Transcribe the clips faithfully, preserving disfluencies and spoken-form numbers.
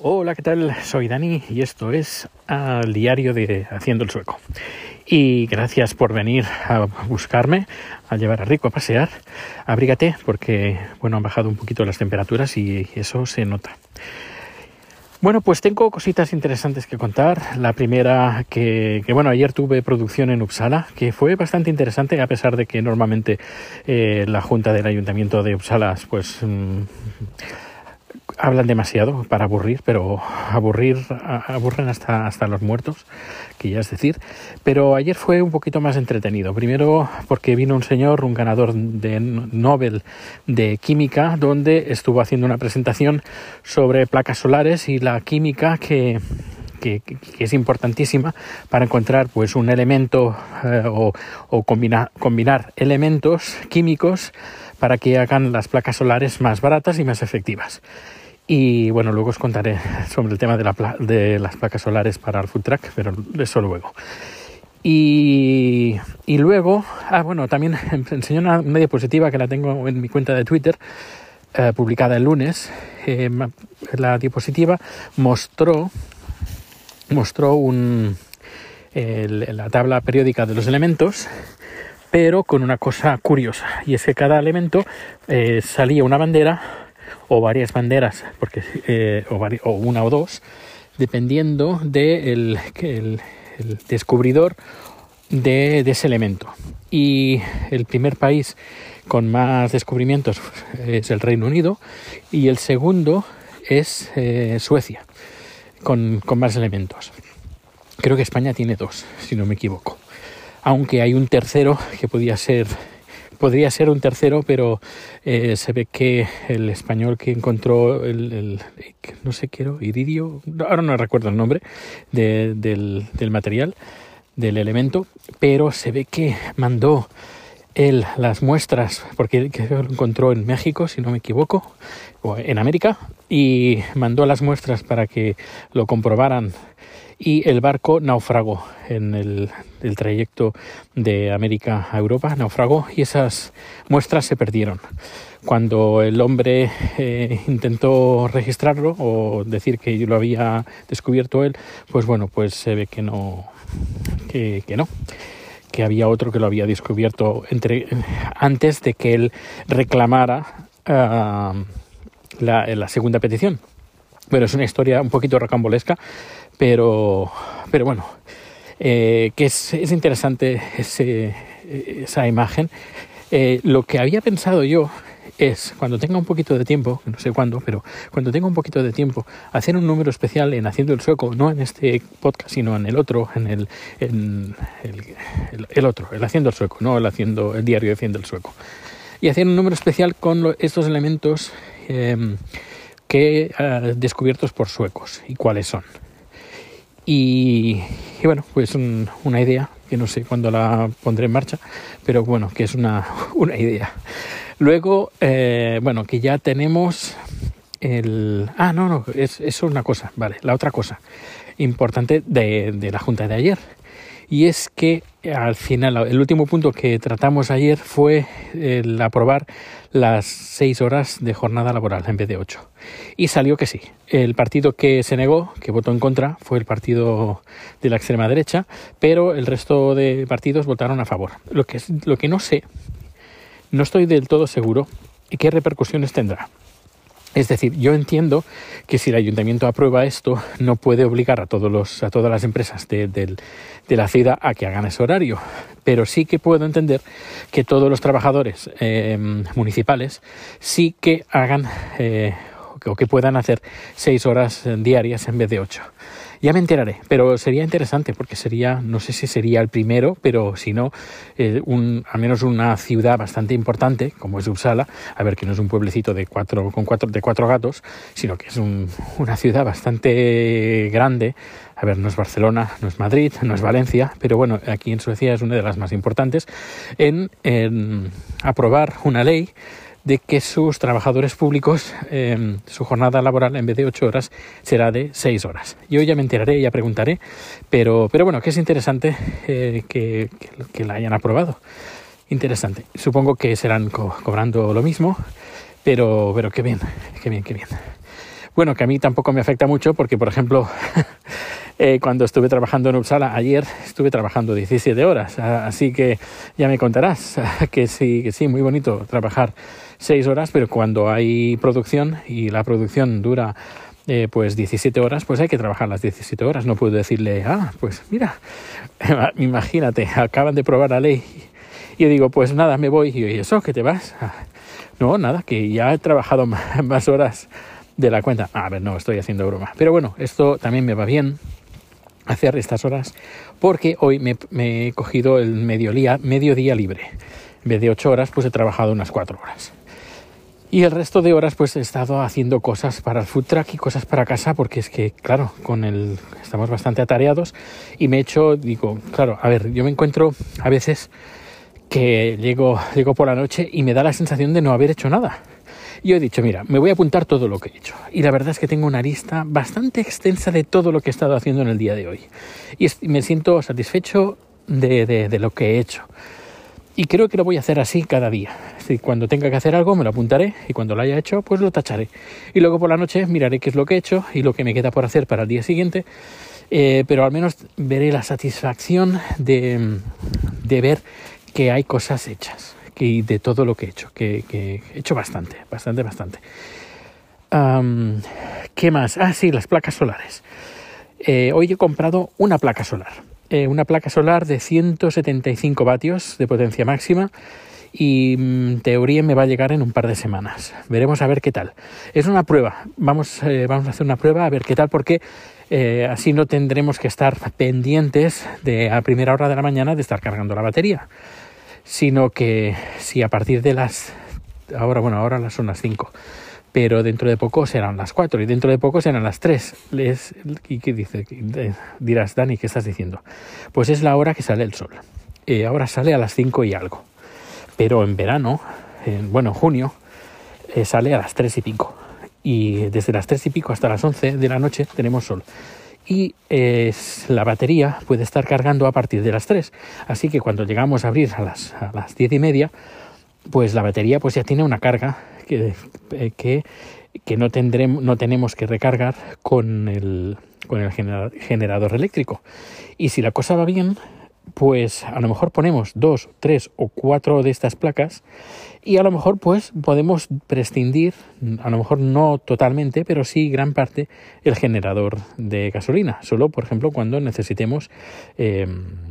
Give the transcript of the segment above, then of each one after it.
Hola, ¿qué tal? Soy Dani y esto es el diario de Haciendo el Sueco. Y gracias por venir a buscarme, a llevar a Rico a pasear. Abrígate porque, bueno, han bajado un poquito las temperaturas y eso se nota. Bueno, pues tengo cositas interesantes que contar. La primera, que, que bueno, ayer tuve producción en Uppsala, que fue bastante interesante, a pesar de que normalmente eh, la Junta del Ayuntamiento de Uppsala, pues... Mmm, hablan demasiado para aburrir, pero aburrir aburren hasta, hasta los muertos, que ya es decir. Pero ayer fue un poquito más entretenido. Primero porque vino un señor, un ganador de Nobel de Química, donde estuvo haciendo una presentación sobre placas solares y la química que... Que, que es importantísima para encontrar pues un elemento eh, o, o combinar, combinar elementos químicos para que hagan las placas solares más baratas y más efectivas. Y bueno, luego os contaré sobre el tema de, la, de las placas solares para el food truck, pero eso luego. Y, y luego, ah bueno, también enseñé una, una diapositiva que la tengo en mi cuenta de Twitter, eh, publicada el lunes. Eh, la diapositiva mostró mostró un, el, la tabla periódica de los elementos, pero con una cosa curiosa, y es que cada elemento eh, salía una bandera o varias banderas, porque eh, o, vari, o una o dos, dependiendo del de el, el descubridor de, de ese elemento. Y el primer país con más descubrimientos es el Reino Unido y el segundo es eh, Suecia. Con, con más elementos. Creo que España tiene dos, si no me equivoco. Aunque hay un tercero que podría ser, podría ser un tercero, pero eh, se ve que el español que encontró el, el no sé qué, iridio, ahora no recuerdo el nombre de, del, del material, del elemento, pero se ve que mandó él las muestras, porque él lo encontró en México, si no me equivoco, o en América, y mandó las muestras para que lo comprobaran, y el barco naufragó en el, el trayecto de América a Europa, naufragó, y esas muestras se perdieron. Cuando el hombre eh, intentó registrarlo o decir que lo había descubierto él, pues bueno, pues se ve que no, que, que no. que había otro que lo había descubierto entre, antes de que él reclamara uh, la, la segunda petición. Bueno, es una historia un poquito rocambolesca, pero, pero bueno, eh, que es, es interesante ese, esa imagen. Eh, lo que había pensado yo es, cuando tenga un poquito de tiempo, no sé cuándo, pero cuando tenga un poquito de tiempo, hacer un número especial en Haciendo el Sueco, no en este podcast, sino en el otro, en el, en el, el, el otro, el Haciendo el Sueco, no el, haciendo, el diario de Haciendo el Sueco. Y hacer un número especial con lo, estos elementos eh, que eh, descubiertos por suecos y cuáles son. Y, y bueno, pues un, una idea que no sé cuándo la pondré en marcha, pero bueno, que es una, una idea. Luego, eh, bueno, que ya tenemos el... Ah, no, no, es, es una cosa, vale, la otra cosa importante de, de la junta de ayer. Y es que al final, el último punto que tratamos ayer fue el aprobar las seis horas de jornada laboral en vez de ocho. Y salió que sí. El partido que se negó, que votó en contra, fue el partido de la extrema derecha, pero el resto de partidos votaron a favor. Lo que, lo que no sé, no estoy del todo seguro qué repercusiones tendrá. Es decir, yo entiendo que si el ayuntamiento aprueba esto, no puede obligar a todos los a todas las empresas de, de, de la ciudad a que hagan ese horario, pero sí que puedo entender que todos los trabajadores eh, municipales sí que hagan eh, o que puedan hacer seis horas diarias en vez de ocho. Ya me enteraré, pero sería interesante porque sería, no sé si sería el primero, pero si no, eh, un, al menos una ciudad bastante importante, como es Uppsala, a ver, que no es un pueblecito de cuatro, con cuatro, de cuatro gatos, sino que es un, una ciudad bastante grande. A ver, no es Barcelona, no es Madrid, no es Valencia, pero bueno, aquí en Suecia es una de las más importantes en, en aprobar una ley de que sus trabajadores públicos, eh, su jornada laboral en vez de ocho horas será de seis horas. Yo ya me enteraré, ya preguntaré, pero, pero bueno, que es interesante eh, que, que, que la hayan aprobado. Interesante. Supongo que serán co- cobrando lo mismo, pero, pero qué bien, qué bien, qué bien. Bueno, que a mí tampoco me afecta mucho porque, por ejemplo, eh, cuando estuve trabajando en Uppsala ayer, estuve trabajando diecisiete horas, así que ya me contarás que sí, que sí, muy bonito trabajar seis horas, pero cuando hay producción y la producción dura eh, pues diecisiete horas, pues hay que trabajar las diecisiete horas. No puedo decirle, ah, pues mira, imagínate, acaban de probar la ley y yo digo, pues nada, me voy. Y eso, ¿que te vas? No, nada, que ya he trabajado más horas de la cuenta. A ver, no, estoy haciendo broma. Pero bueno, esto también me va bien hacer estas horas porque hoy me, me he cogido el mediodía, mediodía libre. En vez de ocho horas, pues he trabajado unas cuatro horas. Y el resto de horas pues he estado haciendo cosas para el food truck y cosas para casa porque es que, claro, con el estamos bastante atareados y me he hecho, digo, claro, a ver, yo me encuentro a veces que llego, llego por la noche y me da la sensación de no haber hecho nada. Yo he dicho, mira, me voy a apuntar todo lo que he hecho. Y la verdad es que tengo una lista bastante extensa de todo lo que he estado haciendo en el día de hoy. Y me siento satisfecho de, de, de lo que he hecho. Y creo que lo voy a hacer así cada día. Si cuando tenga que hacer algo me lo apuntaré y cuando lo haya hecho pues lo tacharé. Y luego por la noche miraré qué es lo que he hecho y lo que me queda por hacer para el día siguiente. Eh, pero al menos veré la satisfacción de, de ver que hay cosas hechas. Que de todo lo que he hecho. Que, que he hecho bastante, bastante, bastante. Um, ¿Qué más? Ah, sí, las placas solares. Eh, hoy he comprado una placa solar. Eh, una placa solar de ciento setenta y cinco vatios de potencia máxima y en teoría me va a llegar en un par de semanas. Veremos a ver qué tal. Es una prueba. Vamos, eh, vamos a hacer una prueba a ver qué tal porque eh, así no tendremos que estar pendientes de a primera hora de la mañana de estar cargando la batería. Sino que si a partir de las... Ahora, bueno, ahora son las cinco. Pero dentro de poco serán las cuatro y dentro de poco serán las tres. Les, ¿Y qué dice? Dirás, Dani, ¿qué estás diciendo? Pues es la hora que sale el sol. Eh, ahora sale a las cinco y algo. Pero en verano, en, bueno, en junio, eh, sale a las tres y pico. Y desde las tres y pico hasta las once de la noche tenemos sol. Y eh, la batería puede estar cargando a partir de las tres. Así que cuando llegamos a abrir a las, a las diez y media, pues la batería pues ya tiene una carga que, que, que no, tendremos, no tenemos que recargar con el, con el generador eléctrico. Y si la cosa va bien, pues a lo mejor ponemos dos, tres o cuatro de estas placas y a lo mejor pues podemos prescindir, a lo mejor no totalmente, pero sí gran parte, el generador de gasolina. Solo, por ejemplo, cuando necesitemos... Eh,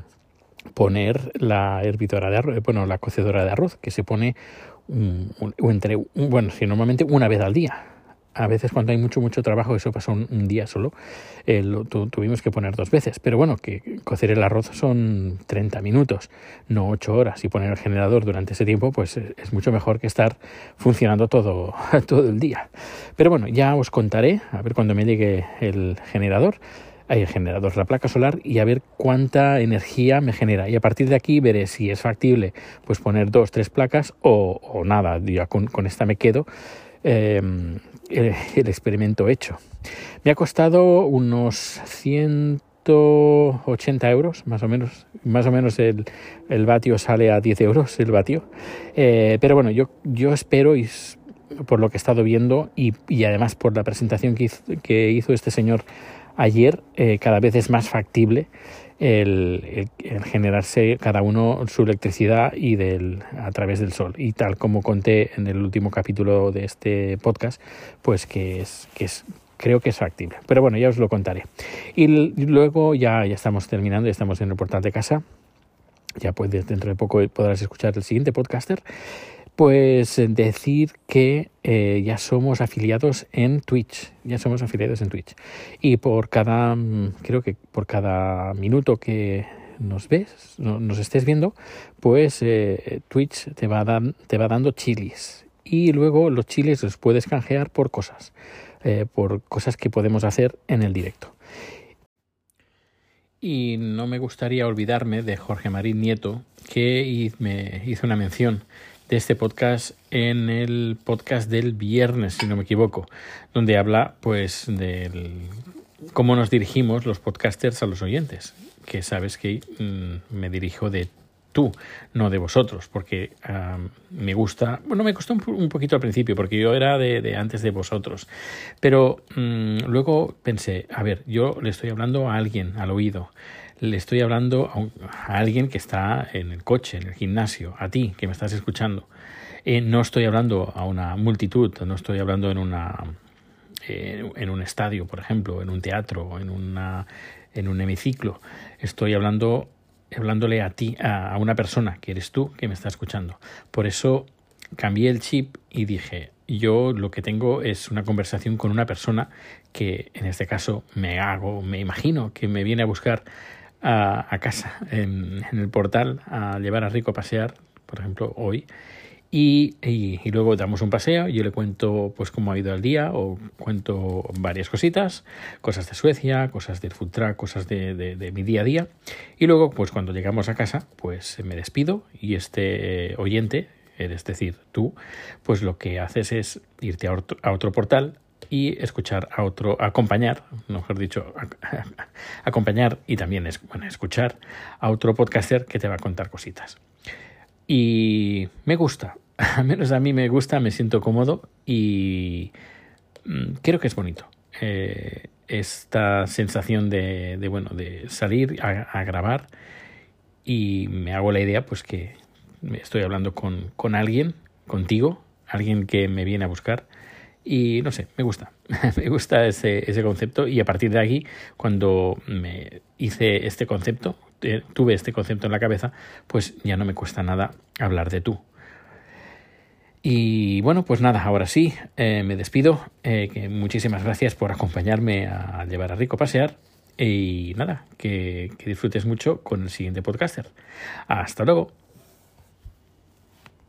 poner la hervidora de arroz, bueno, la cocedora de arroz, que se pone un, un, entre, un, bueno, sí, normalmente una vez al día. A veces cuando hay mucho, mucho trabajo, eso pasa un, un día solo, eh, lo tu, tuvimos que poner dos veces. Pero bueno, que cocer el arroz son treinta minutos, no ocho horas. Y poner el generador durante ese tiempo, pues es mucho mejor que estar funcionando todo, todo el día. Pero bueno, ya os contaré, a ver cuando me llegue el generador, hay el generador, la placa solar, y a ver cuánta energía me genera. Y a partir de aquí veré si es factible pues poner dos, tres placas o, o nada. Ya con, con esta me quedo. Eh, el, el experimento hecho. Me ha costado unos ciento ochenta euros, más o menos. Más o menos el, el vatio sale a diez euros el vatio. Eh, pero bueno, yo, yo espero, y por lo que he estado viendo, y, y además por la presentación que hizo, que hizo este señor ayer, eh, cada vez es más factible el, el, el generarse cada uno su electricidad y del, a través del sol. Y tal como conté en el último capítulo de este podcast, pues que es, que es creo que es factible. Pero bueno, ya os lo contaré. Y luego ya, ya estamos terminando, ya estamos en el portal de casa. Ya pues dentro de poco podrás escuchar el siguiente podcaster. Pues decir que eh, ya somos afiliados en Twitch, ya somos afiliados en Twitch. Y por cada, creo que por cada minuto que nos ves, no, nos estés viendo, pues eh, Twitch te va, dan, te va dando chilis. Y luego los chilis los puedes canjear por cosas, eh, por cosas que podemos hacer en el directo. Y no me gustaría olvidarme de Jorge Marín Nieto, que me hizo una mención de este podcast en el podcast del viernes, si no me equivoco, donde habla pues de cómo nos dirigimos los podcasters a los oyentes, que sabes que mmm, me dirijo de tú, no de vosotros, porque um, me gusta, bueno, me costó un, un poquito al principio, porque yo era de, de antes de vosotros, pero um, luego pensé, a ver, yo le estoy hablando a alguien al oído, le estoy hablando a, un, a alguien que está en el coche, en el gimnasio, a ti que me estás escuchando. Eh, no estoy hablando a una multitud, no estoy hablando en una eh, en un estadio, por ejemplo, en un teatro, en una en un hemiciclo. Estoy hablando hablándole a ti, a, a una persona que eres tú que me está escuchando. Por eso cambié el chip y dije, yo lo que tengo es una conversación con una persona que en este caso me hago, me imagino que me viene a buscar a, a casa en, en el portal a llevar a Rico a pasear, por ejemplo, hoy. Y, y, y luego damos un paseo, yo le cuento pues cómo ha ido el día o cuento varias cositas, cosas de Suecia, cosas del food truck, cosas de, de, de mi día a día. Y luego pues cuando llegamos a casa pues me despido y este oyente, es decir, tú, pues lo que haces es irte a otro, a otro portal y escuchar a otro, acompañar, mejor dicho, a, a, acompañar y también es, bueno, escuchar a otro podcaster que te va a contar cositas. Y me gusta, al menos a mí me gusta, me siento cómodo y mmm, creo que es bonito. Eh, esta sensación de, de, bueno, de salir a, a grabar y me hago la idea pues que estoy hablando con, con alguien, contigo, alguien que me viene a buscar y no sé, me gusta, me gusta ese, ese concepto y a partir de aquí, cuando me hice este concepto, tuve este concepto en la cabeza, pues ya no me cuesta nada hablar de tú. Y bueno, pues nada, ahora sí, eh, me despido. Eh, que muchísimas gracias por acompañarme a llevar a Rico a pasear. Y nada, que, que disfrutes mucho con el siguiente podcaster. Hasta luego.